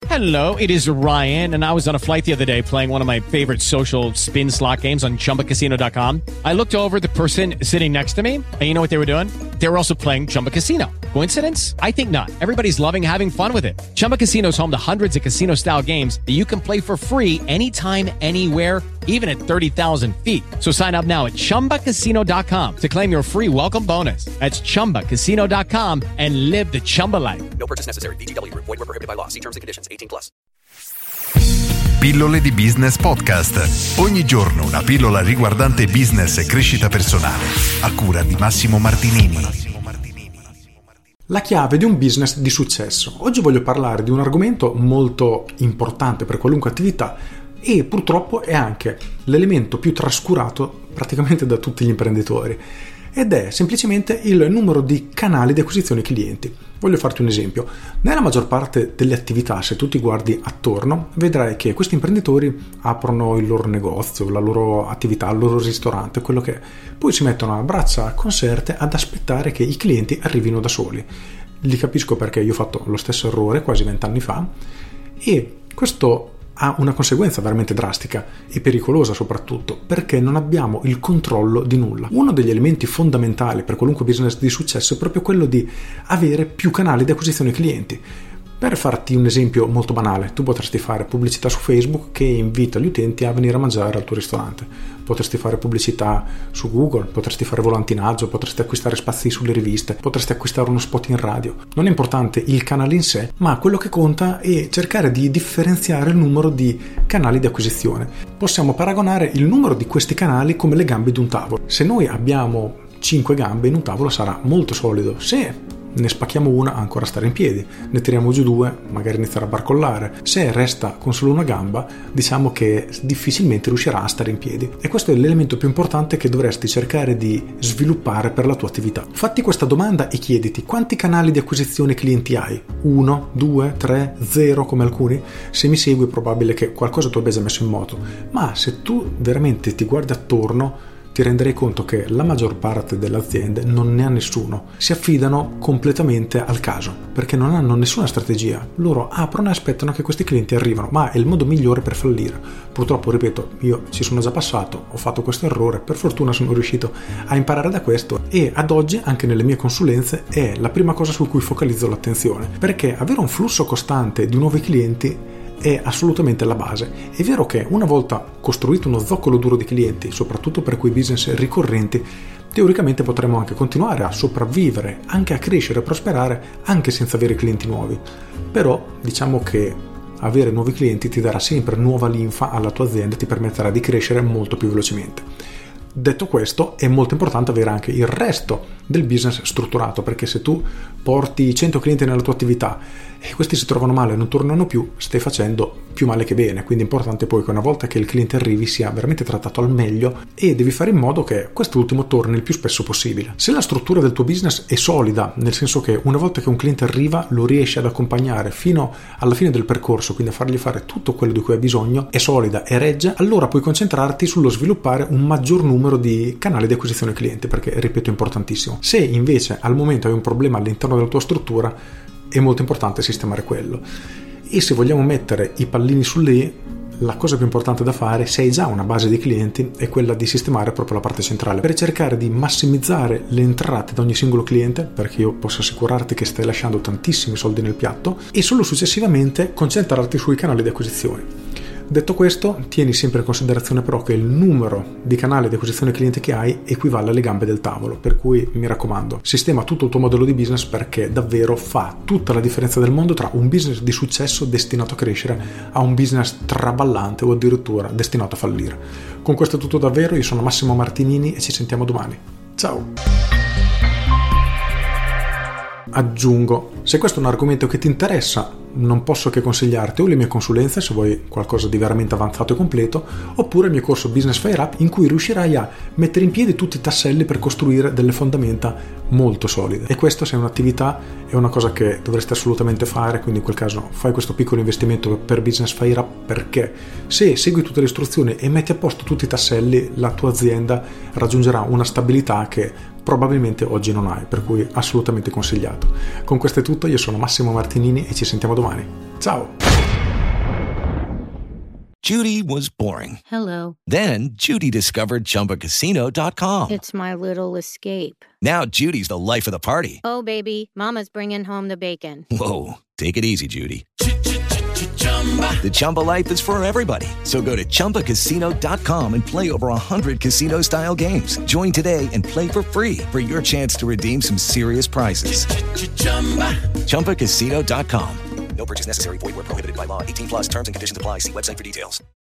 Hello, it is Ryan, and I was on a flight the other day playing one of my favorite social spin slot games on ChumbaCasino.com. I looked over at the person sitting next to me, and you know what they were doing? They were also playing Chumba Casino. Coincidence? I think not. Everybody's loving having fun with it. Chumba Casino is home to hundreds of casino-style games that you can play for free anytime, anywhere, even at 30,000 feet. So sign up now at ChumbaCasino.com to claim your free welcome bonus. That's ChumbaCasino.com and live the Chumba life. No purchase necessary. VGW. Void were prohibited by law. See terms and conditions. 18+. Pillole di Business Podcast. Ogni giorno una pillola riguardante business e crescita personale. A cura di Massimo Martinini. La chiave di un business di successo. Oggi voglio parlare di un argomento molto importante per qualunque attività e purtroppo è anche l'elemento più trascurato praticamente da tutti gli imprenditori, ed è semplicemente il numero di canali di acquisizione clienti. Voglio farti un esempio. Nella maggior parte delle attività, se tu ti guardi attorno, vedrai che questi imprenditori aprono il loro negozio, la loro attività, il loro ristorante, quello che è. Poi si mettono a braccia conserte ad aspettare che i clienti arrivino da soli. Li capisco perché io ho fatto lo stesso errore quasi 20 anni fa, e questo ha una conseguenza veramente drastica e pericolosa, soprattutto perché non abbiamo il controllo di nulla. Uno degli elementi fondamentali per qualunque business di successo è proprio quello di avere più canali di acquisizione clienti. Per farti un esempio molto banale, tu potresti fare pubblicità su Facebook che invita gli utenti a venire a mangiare al tuo ristorante. Potresti fare pubblicità su Google, potresti fare volantinaggio, potresti acquistare spazi sulle riviste, potresti acquistare uno spot in radio. Non è importante il canale in sé, ma quello che conta è cercare di differenziare il numero di canali di acquisizione. Possiamo paragonare il numero di questi canali come le gambe di un tavolo. Se noi abbiamo 5 gambe, in un tavolo sarà molto solido. Se ne spacchiamo una, ancora stare in piedi, ne tiriamo giù 2, magari inizierà a barcollare. Se resta con solo una gamba, diciamo che difficilmente riuscirà a stare in piedi, e questo è l'elemento più importante che dovresti cercare di sviluppare per la tua attività. Fatti questa domanda e chiediti: quanti canali di acquisizione clienti hai? 1, 2, 3, 0 come alcuni? Se mi segui è probabile che qualcosa tu abbia già messo in moto, ma se tu veramente ti guardi attorno ti renderei conto che la maggior parte delle aziende non ne ha nessuno. Si affidano completamente al caso perché non hanno nessuna strategia. Loro aprono e aspettano che questi clienti arrivano, ma è il modo migliore per fallire. Purtroppo, ripeto, io ci sono già passato, ho fatto questo errore, per fortuna sono riuscito a imparare da questo, e ad oggi anche nelle mie consulenze è la prima cosa su cui focalizzo l'attenzione, perché avere un flusso costante di nuovi clienti è assolutamente la base. È vero che una volta costruito uno zoccolo duro di clienti, soprattutto per quei business ricorrenti, teoricamente potremmo anche continuare a sopravvivere, anche a crescere e prosperare anche senza avere clienti nuovi. Però diciamo che avere nuovi clienti ti darà sempre nuova linfa alla tua azienda e ti permetterà di crescere molto più velocemente. Detto questo, è molto importante avere anche il resto del business strutturato, perché se tu porti 100 clienti nella tua attività e questi si trovano male e non tornano più, stai facendo più male che bene. Quindi è importante poi che una volta che il cliente arrivi sia veramente trattato al meglio, e devi fare in modo che quest'ultimo torni il più spesso possibile. Se la struttura del tuo business è solida, nel senso che una volta che un cliente arriva lo riesci ad accompagnare fino alla fine del percorso, quindi a fargli fare tutto quello di cui ha bisogno, è solida e regge, allora puoi concentrarti sullo sviluppare un maggior numero di canali di acquisizione cliente, perché, ripeto, è importantissimo. Se invece al momento hai un problema all'interno della tua struttura, è molto importante sistemare quello. E se vogliamo mettere i pallini sulle, la cosa più importante da fare, se hai già una base di clienti, è quella di sistemare proprio la parte centrale, per cercare di massimizzare le entrate da ogni singolo cliente, perché io posso assicurarti che stai lasciando tantissimi soldi nel piatto, e solo successivamente concentrarti sui canali di acquisizione. Detto questo, tieni sempre in considerazione però che il numero di canali di acquisizione cliente che hai equivale alle gambe del tavolo, per cui mi raccomando, sistema tutto il tuo modello di business, perché davvero fa tutta la differenza del mondo tra un business di successo destinato a crescere a un business traballante o addirittura destinato a fallire. Con questo è tutto davvero, io sono Massimo Martinini e ci sentiamo domani. Ciao! Aggiungo, se questo è un argomento che ti interessa, non posso che consigliarti o le mie consulenze se vuoi qualcosa di veramente avanzato e completo, oppure il mio corso Business Fire Up, in cui riuscirai a mettere in piedi tutti i tasselli per costruire delle fondamenta molto solide. E questo, se è un'attività, è una cosa che dovresti assolutamente fare, quindi in quel caso fai questo piccolo investimento per Business Fire Up, perché se segui tutte le istruzioni e metti a posto tutti i tasselli, la tua azienda raggiungerà una stabilità che probabilmente oggi non hai, per cui assolutamente consigliato. Con questo è tutto, io sono Massimo Martinini e ci sentiamo domani. Ciao! Judy was boring. Hello. Then Judy discovered ChumbaCasino.com. It's my little escape. Now Judy's the life of the party. Oh, baby, mama's bringing home the bacon. Whoa, take it easy, Judy. The Chumba life is for everybody. So go to ChumbaCasino.com and play over 100 casino-style games. Join today and play for free for your chance to redeem some serious prizes. ChumbaCasino.com. No purchase necessary. Void where prohibited by law. 18 plus terms and conditions apply. See website for details.